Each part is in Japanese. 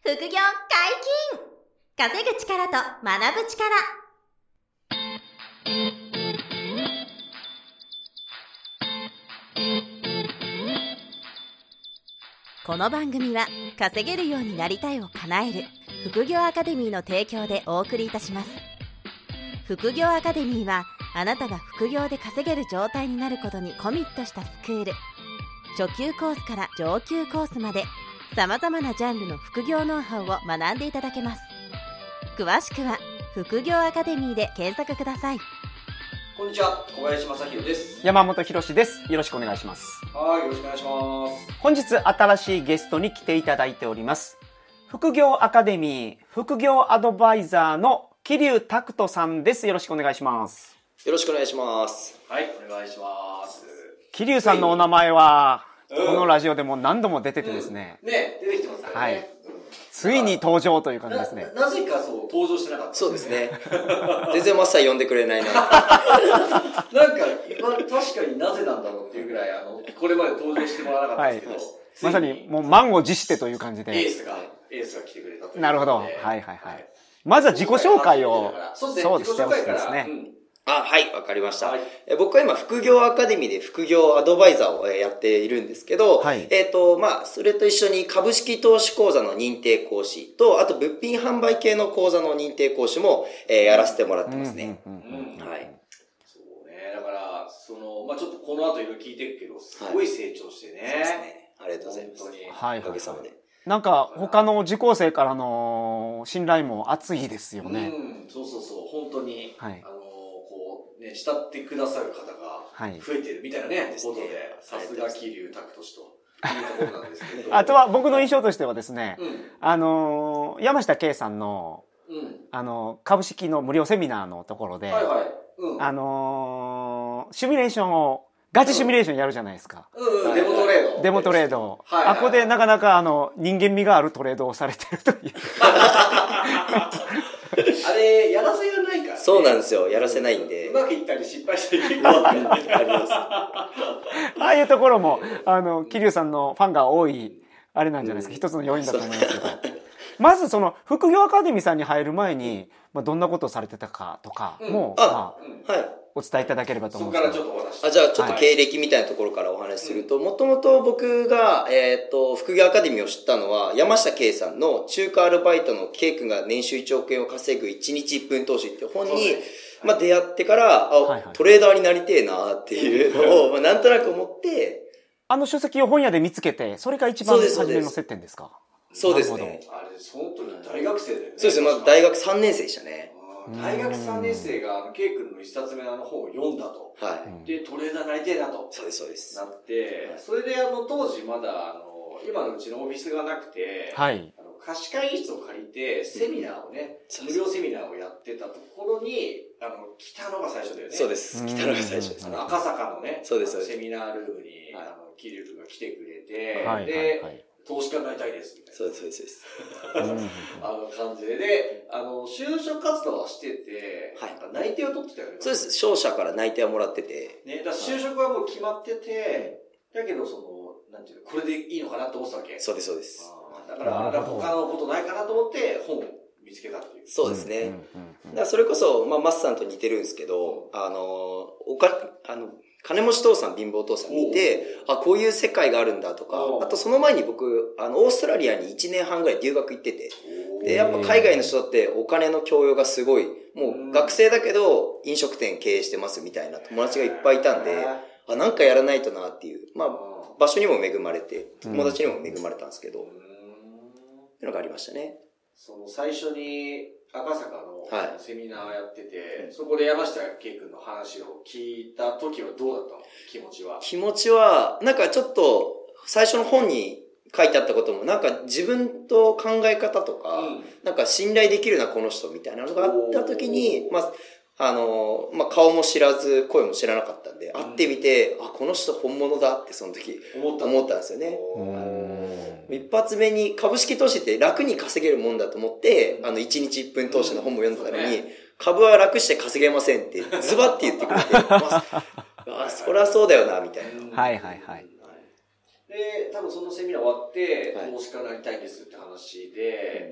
副業解禁！稼ぐ力と学ぶ力。この番組は稼げるようになりたいを叶える副業アカデミーの提供でお送りいたします。副業アカデミーはあなたが副業で稼げる状態になることにコミットしたスクール。初級コースから上級コースまで様々なジャンルの副業ノウハウを学んでいただけます。詳しくは副業アカデミーで検索ください。 こんにちは、小林正弘です。 山本博です。よろしくお願いします。 はい、よろしくお願いします。 本日新しいゲストに来ていただいております。副業アカデミー副業アドバイザーの桐生拓人さんです。よろしくお願いします。 よろしくお願いします。 はい、お願いします。 桐生さんのお名前は、このラジオでも何度も出ててですね。 ね、出てきてますね。 はい。ついに登場という感じですね。 なぜかそう登場してなかった。 そうですね。全然マスター呼んでくれないな。 なんか今確かになぜなんだろうっていうぐらいこれまで登場してもらわなかったんですけど、 まさにもう満を持してという感じで。 エースが来てくれたという。 なるほど。はいはいはい。まずは自己紹介をそうですね。 してほしいですね。 はい、わかりました。僕は今、副業アカデミーで副業アドバイザーをやっているんですけど、 はい、 それと一緒に株式投資講座の認定講師と、あと物品販売系の講座の認定講師も、やらせてもらってますね。はい。 そうね。だから、ちょっとこの後いろいろ聞いてるけど、すごい成長してね。 そうですね。ありがとうございます。 本当に。 はい。 おかげさまで。 なんか他の受講生からの信頼も厚いですよね。 そうそうそう。本当に。 はい。 慕ってくださる方が増えてるみたいなね、ことで、さすが桐生拓人というところなんですけど。 あとは僕の印象としてはですね、山下圭さんの、株式の無料セミナーのところで、シミュレーションを、ガチシミュレーションやるじゃないですか。デモトレード。あこでなかなか人間味があるトレードをされてるという。 あれ、やらせがないから、ね。 そうなんですよ。やらせないんで。 うまくいったり失敗したり結構あります。 ああいうところも、桐生さんのファンが多い、あれなんじゃないですか。一つの要因だと思いますけど。まず副業アカデミーさんに入る前に、どんなことをされてたかとかも、お伝えいただければと思うんですけど。 そこからちょっとお話じゃあちょっと経歴みたいなところからお話しすると、もともと僕が、副業アカデミーを知ったのは、山下圭さんの中華アルバイトの圭君が年収1億円を稼ぐ1日1分投資って本に、出会ってから、トレーダーになりてえなっていうのを、なんとなく思って、 書籍を本屋で見つけて、それが一番初めの接点ですか？ そうですね。 あれ、本当に大学生だよね。 そうですね。大学3年生でしたね。 大学3年生が、ケイ君の一冊目の本を読んだと。 はい。 で、トレーダーになりてえなと。 そうです、そうです。 なって、それで当時まだ、今のうちのオフィスがなくて、 はい。 貸し会議室を借りて、セミナーをね、無料セミナーをやってたところに、来たのが最初だよね。 そうです。来たのが最初です。 赤坂のね、 そうです、 セミナールームに、桐生君が来てくれて、 はい。 で、投資家になりたいです、みたいな。 そうです、そうです。 感じで、就職活動はしてて、内定を取ってたよね。 そうです。商社から内定をもらってて。 ね、だから就職はもう決まってて、だけどなんていうの、これでいいのかなって思ってたわけ。 そうです、そうです。 だから、他のことないかなと思って本を見つけたっていう。 そうですね。だからそれこそ、マスさんと似てるんですけど、金持ち父さん、貧乏父さん見て、こういう世界があるんだとか、あとその前に僕、オーストラリアに1年半ぐらい留学行ってて、で、やっぱ海外の人ってお金の教養がすごい、もう学生だけど飲食店経営してますみたいな友達がいっぱいいたんで、なんかやらないとなっていう、場所にも恵まれて、友達にも恵まれたんですけど、っていうのがありましたね。 最初に赤坂のセミナーやってて、そこで山下圭君の話を聞いた時はどうだったの？気持ちは。 気持ちは、なんかちょっと、最初の本に書いてあったことも、なんか自分と考え方とか、なんか信頼できるな、この人みたいなのがあった時に、顔も知らず、声も知らなかったんで、会ってみて、この人本物だってその時思ったんですよね。一発目に株式投資って楽に稼げるもんだと思って、1日1分投資の本も読んでたのに、株は楽して稼げませんって、ズバッて言ってくれて、そりゃそうだよな、みたいな。 はいはいはい。 で、多分そのセミナー終わって、投資家になりたいですって話で、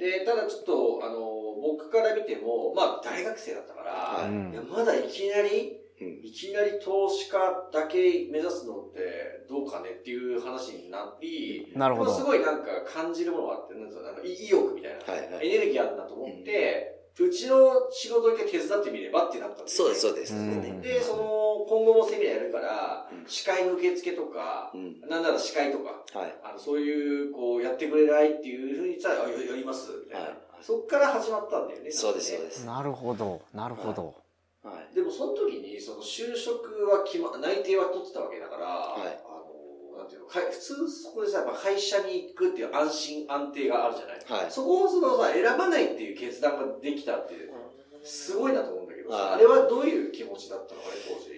で、ただちょっと、僕から見ても、まあ、大学生だったから、いやまだいきなり投資家だけ目指すのってどうかねっていう話になり、 なるほど。 すごいなんか感じるものがあって、なんか意欲みたいな、エネルギーあるなと思って、うちの仕事を一回手伝ってみればってなったんですよ、ね。 そうです。 で、今後もセミナーやるから、司会の受付とか、なんなら司会とか、そういう、やってくれないっていうふうに言ったら、やります、みたいな。そっから始まったんだよね。 そうです。 なるほど。 でもその時に、その就職は内定は取ってたわけだから、なんていうの、普通そこでさ、やっぱ会社に行くっていう安心安定があるじゃない。そこを選ばないっていう決断ができたって、すごいなと思うんだけど、あれはどういう気持ちだったのかね、当時。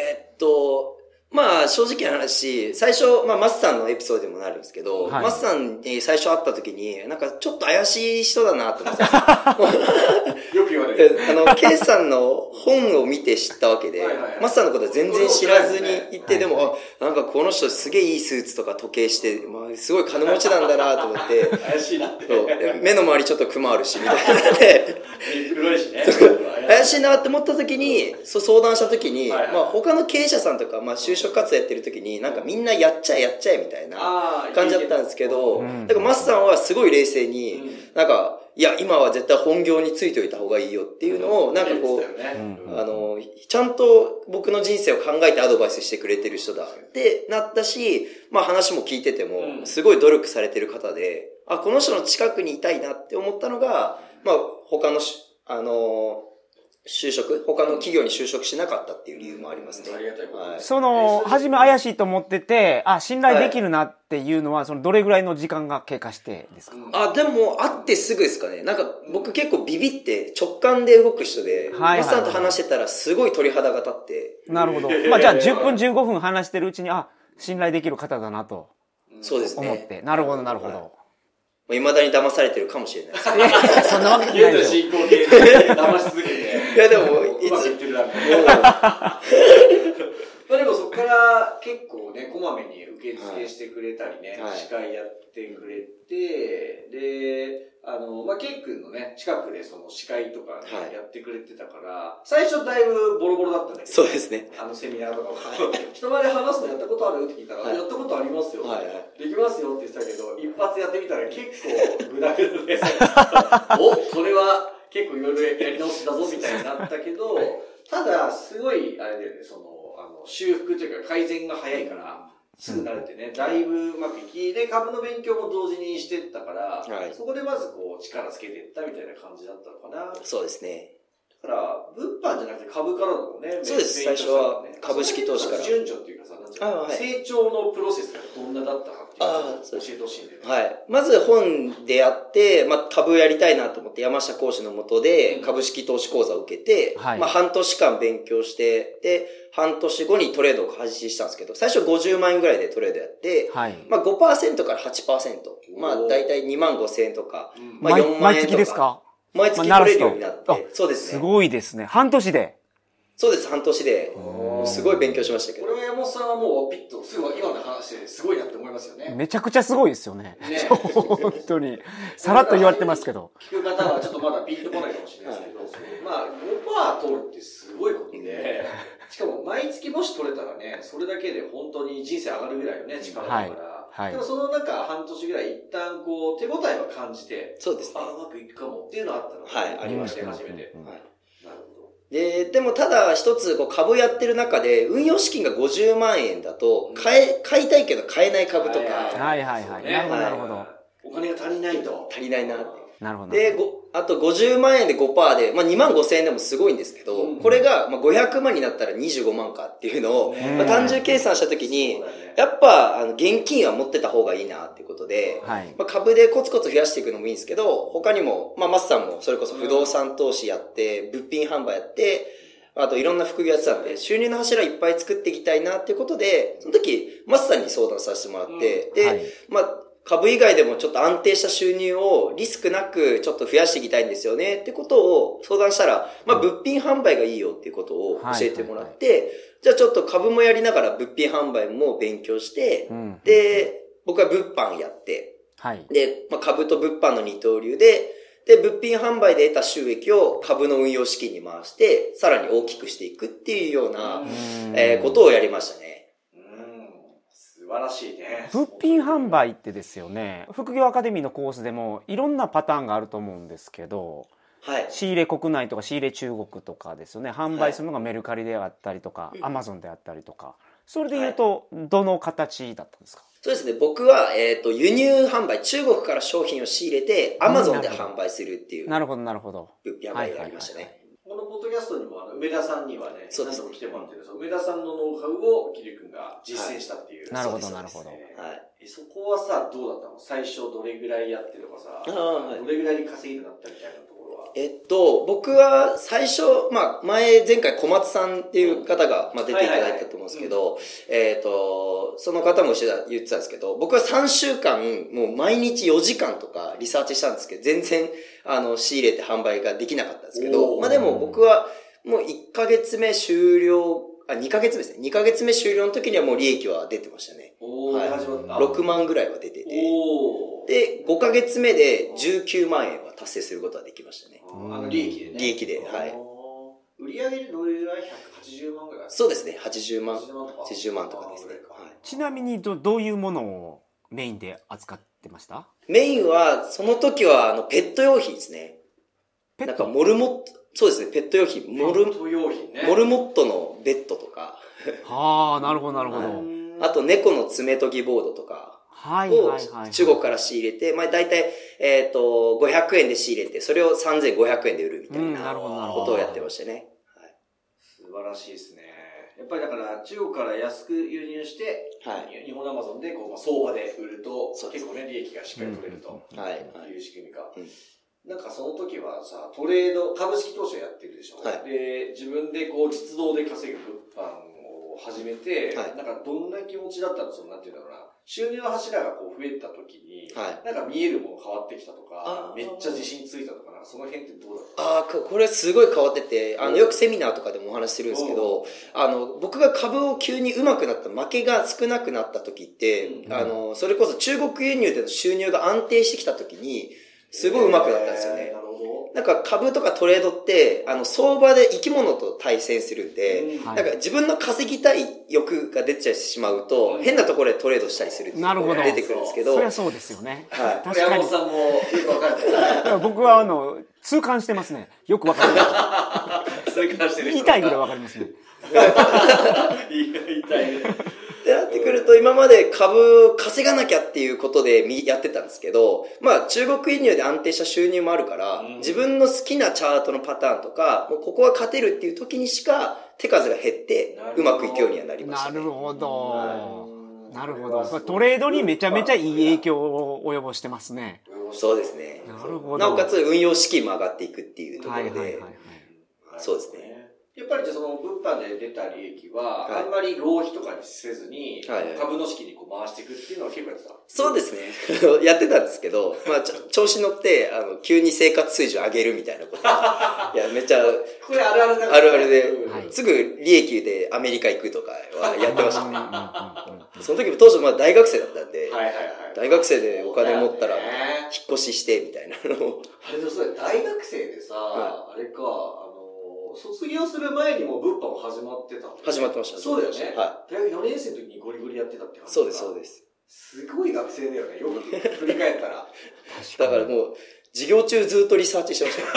まあ、正直な話、最初、まあ、マスさんのエピソードでもなるんですけど、マスさんに最初会った時に、なんかちょっと怪しい人だなと思って。 よく言われる。 ケイさんの本を見て知ったわけで、マスさんのことは全然知らずに行って、でも、なんかこの人すげえいいスーツとか時計して、まあ、すごい金持ちなんだなと思って、 怪しいなって。 目の周りちょっとクマあるし、みたいなで。 黒いしね。 怪しいなって思った時に、相談した時に、まあ他の経営者さんとか、まあ就職活動やってる時に、なんかみんなやっちゃえみたいな感じだったんですけど、だからマスさんはすごい冷静に、なんか、いや、今は絶対本業についておいた方がいいよっていうのを、なんかこう、ちゃんと僕の人生を考えてアドバイスしてくれてる人だってなったし、まあ話も聞いてても、すごい努力されてる方で、この人の近くにいたいなって思ったのが、まあ他の他の企業に就職しなかったっていう理由もありますね。 ありがたいことです。 初め怪しいと思ってて、信頼できるなっていうのは、どれぐらいの時間が経過してですか？ でも、会ってすぐですかね。なんか、僕結構ビビって直感で動く人で、マスさんと話してたらすごい鳥肌が立って。 なるほど。まあじゃあ10分15分話してるうちに、信頼できる方だなと。 そうですね。 思って。なるほど。 未だに騙されてるかもしれないです。 そんなわけないですよ。 進行形で騙し続けて。 いやでも、 いつ言ってるだろう。まあでもそこから結構ね、こまめに受付してくれたりね、司会やってくれて、で、まあ、ケイ君のね、近くでその司会とかね、やってくれてたから、最初だいぶボロボロだったんだけど、 そうですね。 セミナーとかも、人前で話すのやったことあるって聞いたら、やったことありますよ。できますよって言ってたけど、一発やってみたら結構グダグダで、これは結構いろいろやり直しだぞみたいになったけど、ただ、すごい、あれだよね、修復というか改善が早いから、すぐ慣れてね、だいぶうまくいき、で、株の勉強も同時にしてったから、そこでまず力つけていったみたいな感じだったのかな。 そうですね。 だから、物販じゃなくて株からだもんね。 そうです、最初は株式投資から。 順序っていうかさ、成長のプロセスがどんなだったかっていうのを教えてほしいんだよね。 はい。まず本でやって、まあ、株やりたいなと思って山下講師の下で株式投資講座を受けて、まあ、半年間勉強して、で、半年後にトレードを開始したんですけど、最初50万円ぐらいでトレードやって、まあ 5% から 8%。まあ、だいたい2万5千円とか、まあ4万円とか。 毎月ですか？ 毎月取れるようになって。そうですね。 すごいですね。半年で。 そうです、半年で。すごい勉強しましたけど。 これは山本さんはもうピッと、すぐ今の話ですごいなって思いますよね。 めちゃくちゃすごいですよね。本当に。さらっと言われてますけど。 聞く方はちょっとまだピンとこないかもしれないですけど、まあ 5% 取るってすごいことで、しかも毎月もし取れたらね、それだけで本当に人生上がるぐらいのね、力だから。でもその半年ぐらい一旦手応えは感じて、 そうですね。 うまくいくかもっていうのはあったの。 ありました、 初めて。なるほど。 でもただ一つ株やってる中で運用資金が50万円だと買いたいけど買えない株とか。 なるほど。 お金が足りないと。 足りないなって。 なるほど。 で、あと50万円で 5% で、まあ2万5千円でもすごいんですけど、これがまあ500万になったら25万かっていうのを、まあ、単純計算したときに、やっぱ現金は持ってた方がいいなっていうことで、まあ、株でコツコツ増やしていくのもいいんですけど、他にも、まあマスさんもそれこそ不動産投資やって、物品販売やって、あといろんな副業やってたんで、収入の柱いっぱい作っていきたいなっていうことで、その時、マスさんに相談させてもらって、で、まあ、株以外でもちょっと安定した収入をリスクなくちょっと増やしていきたいんですよねってことを相談したら、まあ物品販売がいいよっていうことを教えてもらって、じゃあちょっと株もやりながら物品販売も勉強して、で、僕は物販やって、 はい。 で、株と物販の二刀流で、物品販売で得た収益を株の運用資金に回して、さらに大きくしていくっていうような、ことをやりましたね。 素晴らしいね。 物品販売ってですよね、副業アカデミーのコースでもいろんなパターンがあると思うんですけど、 はい、 仕入れ国内とか仕入れ中国とかですよね、販売するのがメルカリであったりとか、アマゾンであったりとか、それでいうとどの形だったんですか？ そうですね。僕は、輸入販売、中国から商品を仕入れて、アマゾンで販売するっていう。 なるほど、なるほど。 物品販売がありましたね。 このポッドキャストにも梅田さんにはね、何度も来てもらってるんです。梅田さんのノウハウを桐生くんが実践したっていう。 なるほど、なるほど。 そこはさ、どうだったの？最初どれぐらいやってとかさ、どれぐらいに稼いでなったみたいなところは。 僕は最初、前回小松さんっていう方が、出ていただいたと思うんですけど、その方も言ってたんですけど、僕は3週間、もう毎日4時間とかリサーチしたんですけど、全然、仕入れて販売ができなかったんですけど、でも僕はもう1ヶ月目終了、2ヶ月目ですね。2ヶ月目終了の時にはもう利益は出てましたね。6万ぐらいは出てて。で、5ヶ月目で19万円は達成することができましたね。 利益でね。 利益で、はい。 売上でどれぐらい ?180 万ぐらい？ そうですね。80万とかですね。 ちなみにどういうものをメインで扱ってました？ メインは、その時はペット用品ですね。なんかモルモット、そうですね、ペット用品。モルモットのベッドとか。 はあ、なるほど、なるほど。 あと猫の爪研ぎボードとか。を中国から仕入れて、だいたい、500円で仕入れて、それを3500円で売るみたいなことをやってましたね。 素晴らしいですね。やっぱりだから中国から安く輸入して、日本アマゾンで相場で売ると、結構ね、利益がしっかり取れるという仕組みか。なんかその時はさ、トレード、株式投資をやってるでしょ。で、自分で実動で稼ぐ物販を始めて、なんかどんな気持ちだったの？なんていうんだろうな。収入の柱が増えた時に、なんか見えるもの変わってきたとか、めっちゃ自信ついたとか、その辺ってどうだった？ これすごい変わってて、よくセミナーとかでもお話しするんですけど、僕が株を急に上手くなった、負けが少なくなった時って、それこそ中国輸入での収入が安定してきた時に、すごい上手くなったんですよね。なんか株とかトレードって、相場で生き物と対戦するんで、なんか自分の稼ぎたい欲が出ちゃってしまうと、変なところでトレードしたりするっていうのが出てくるんですけど。 そりゃそうですよね。 確かに。山本さんもよくわかる。 僕は痛感してますね。よくわかる。言いたいぐらいわかりますね。 言いたいね。 ってなってくると、今まで株を稼がなきゃっていうことでやってたんですけど、中国輸入で安定した収入もあるから、自分の好きなチャートのパターンとか、もうここは勝てるっていう時にしか手数が減って、うまくいくようにはなりましたね。 なるほど。なるほど。トレードにめちゃめちゃいい影響を及ぼしてますね。 そうですね。 なるほど。 なおかつ運用資金も上がっていくっていうところで、そうですね。 やっぱりじゃあその物販で出た利益は、あんまり浪費とかにせずに、株の資金に回していくっていうのは結構やってた？ そうですね。やってたんですけど、調子乗って、急に生活水準上げるみたいなこと。いや、めっちゃ、 これあるあるだね。 あるあるで、すぐ利益でアメリカ行くとかはやってましたね。その時も当初大学生だったんで、大学生でお金持ったら、引っ越ししてみたいなのを。 あれでもそれ大学生でさ、あれか、卒業する前にも物販も始まってたの？ 始まってました。 そうだよね。大学4年生の時にゴリゴリやってたって感じ。 そうです、そうです。 すごい学生だよね。よく振り返ったら。 だからもう、授業中ずっとリサーチしてました。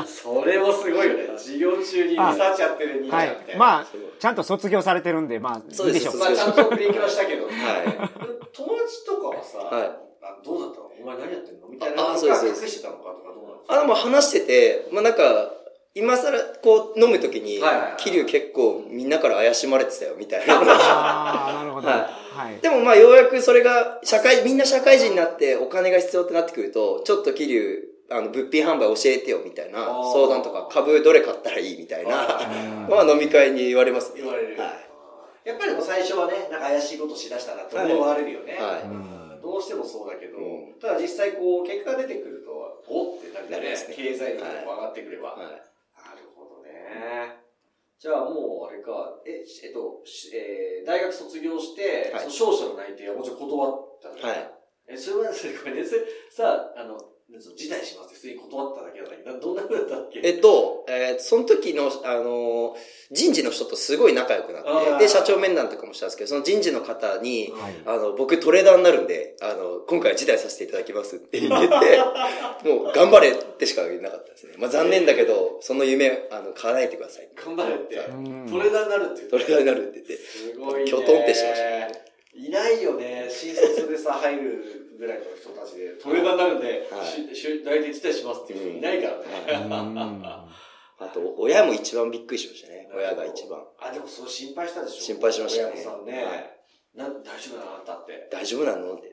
それもすごいよね。授業中にリサーチやってる兄ちゃんみたいな。 ちゃんと卒業されてるんで、いいでしょう。 ちゃんと勉強したけど。友達とかはさ、どうだったの？お前何やってんのみたいなのが隠してたのかとかどうなんですか？ もう話してて、なんか、今更飲むときに、桐生結構みんなから怪しまれてたよ、みたいな。 なるほど。 でもようやくそれが、みんな社会人になってお金が必要ってなってくると、ちょっと桐生、物品販売教えてよ、みたいな相談とか、株どれ買ったらいいみたいな、飲み会に言われますね。 言われる。やっぱりもう最初はね、なんか怪しいことしだしたなと思われるよね。どうしてもそうだけど、ただ実際結果が出てくると、おってなるね。経済力も上がってくれば。なるほどね。じゃあもうあれか、大学卒業して、商社の内定はもちろん断ったの？ それはですね、これね、さあ、辞退しますって普通に断っただけだったどんな風だったっけ？ その時の、人事の人とすごい仲良くなって、で、社長面談とかもしたんですけど、その人事の方に、僕トレーダーになるんで、今回は辞退させていただきますって言って、もう頑張れってしか言えなかったですね。まあ残念だけど、その夢、叶えてください。 頑張れって。トレーダーになるって言って。 トレーダーになるって言って。 すごいね。 きょとんってしましたね。 いないよね。新卒でさ、入るぐらいの人たちで、トレーダーになるんで、大体辞退しますっていう人いないからね。 あと、親も一番びっくりしましたね。親が一番。 でもそう心配したでしょ？ 心配しましたね。 親御さんね。大丈夫なのあんたって。 大丈夫なのって言って。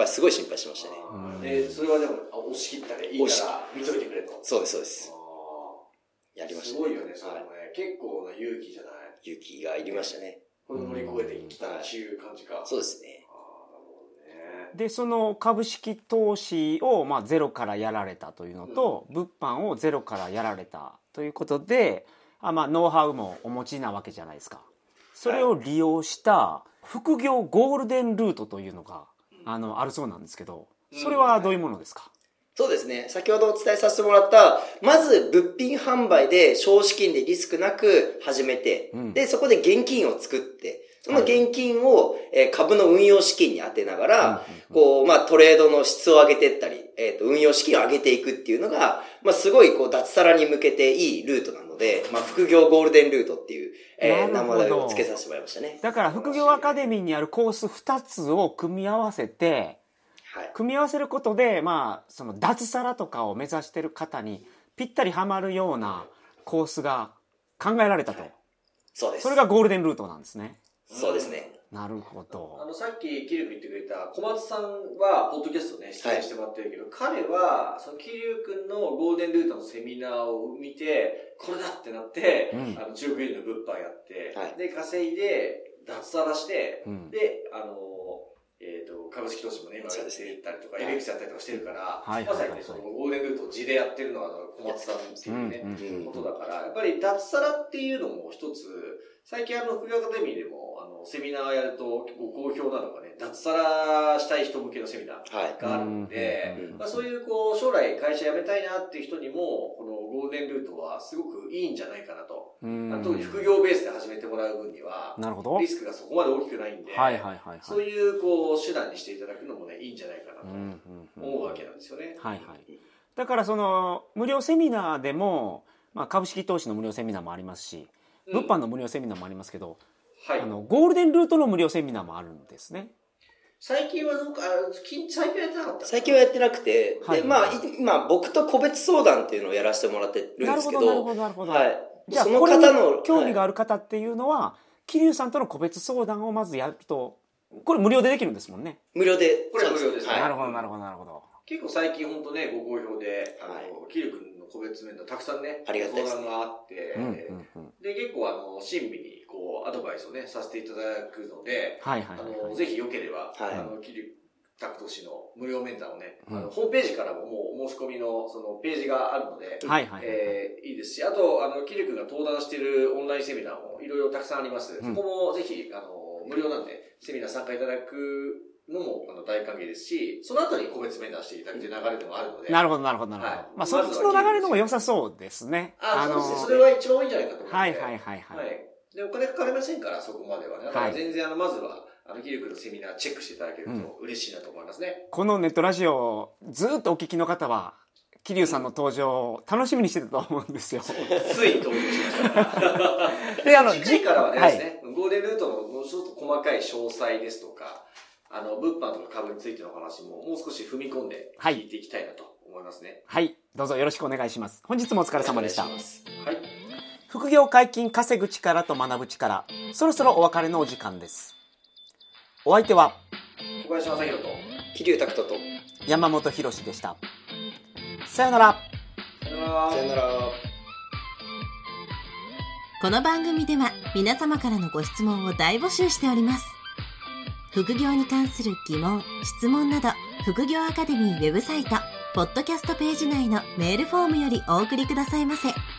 すごい心配しましたね。 それはでも、押し切ったね。いいから見といてくれと。 そうです、そうです。やりました。 すごいよね、それもね。結構な勇気じゃない？ 勇気がいりましたね。 これ乗り越えてきたっていう感じか。 そうですね。 でその株式投資をゼロからやられたというのと、物販をゼロからやられたということで、ノウハウもお持ちなわけじゃないですか。それを利用した副業ゴールデンルートというのがあるそうなんですけど、それはどういうものですか？ そうですね。先ほどお伝えさせてもらった、まず物品販売で少資金でリスクなく始めて、で、そこで現金を作って、その現金を株の運用資金に当てながら、トレードの質を上げていったり、運用資金を上げていくっていうのが、すごい脱サラに向けていいルートなので、副業ゴールデンルートっていう、名前を付けさせてもらいましたね。 だから副業アカデミーにあるコース2つを組み合わせて、組み合わせることで、その脱サラとかを目指している方にぴったりはまるようなコースが考えられたと。 そうです。 それがゴールデンルートなんですね。 そうですね。 なるほど。 さっき桐生君言ってくれた小松さんはポッドキャストね出演してもらってるけど、彼はその桐生君のゴールデンルートのセミナーを見てこれだってなって、中国輸入の物販やって、で稼いで脱サラして、で株式投資もね今やっていったりとか、FX やったりとかしてるから、まさにねそのゴールデンルートを地でやってるのは小松さんっていうね、ことだから、やっぱり脱サラっていうのも一つ。最近副業アカデミーでもセミナーやるとご好評なのがね、脱サラしたい人向けのセミナーがあるので、そういう将来会社辞めたいなっていう人にもこのゴールデンルートはすごくいいんじゃないかなと。特に副業ベースで始めてもらう分にはリスクがそこまで大きくないんで、そういう手段にしていただくのもねいいんじゃないかなと思うわけなんですよね。 だからその無料セミナーでも、株式投資の無料セミナーもありますし、物販の無料セミナーもありますけど、ゴールデンルートの無料セミナーもあるんですね。 最近は最近はやってなかった？ 最近はやってなくて、で今僕と個別相談っていうのをやらせてもらってるんですけど、 なるほど。 じゃあこれに興味がある方っていうのは、桐生さんとの個別相談をまずやると、これ無料でできるんですもんね。 無料で。 これは無料ですね。 なるほど。 結構最近本当ねご好評で、桐生君の個別面談たくさんね相談があって、で結構親身にアドバイスをねさせていただくので、ぜひよければ桐生拓投資の無料面談をね、ホームページからももうお申し込みのそのページがあるので、いいですし、あと桐生君が登壇しているオンラインセミナーもいろいろたくさんあります。そこもぜひ無料なんでセミナー参加いただくのも大歓迎ですし、その後に個別面談していただくという流れでもあるので。 なるほど。そっちの流れの方が良さそうですね。 そうですね。それは一番多いんじゃないかと思います。で、お金かかりませんから、そこまではね。だから全然まずは、桐生君のセミナーチェックしていただけると嬉しいなと思いますね。 このネットラジオをずっとお聞きの方は、桐生さんの登場を楽しみにしてたと思うんですよ。 つい登場しました。で、次回からはねですね、ゴールデンルートのもうちょっと細かい詳細ですとか、物販とか株についての話ももう少し踏み込んで聞いていきたいなと思いますね。 どうぞよろしくお願いします。本日もお疲れ様でした。副副業解禁、稼ぐ力と学ぶ力、そろそろお別れのお時間です。お相手は小林正弘と桐生拓人と山本博史でした。さよなら。 さよなら。 この番組では皆様からのご質問を大募集しております。副業に関する疑問、質問など、副業アカデミーウェブサイト、ポッドキャストページ内のメールフォームよりお送りくださいませ。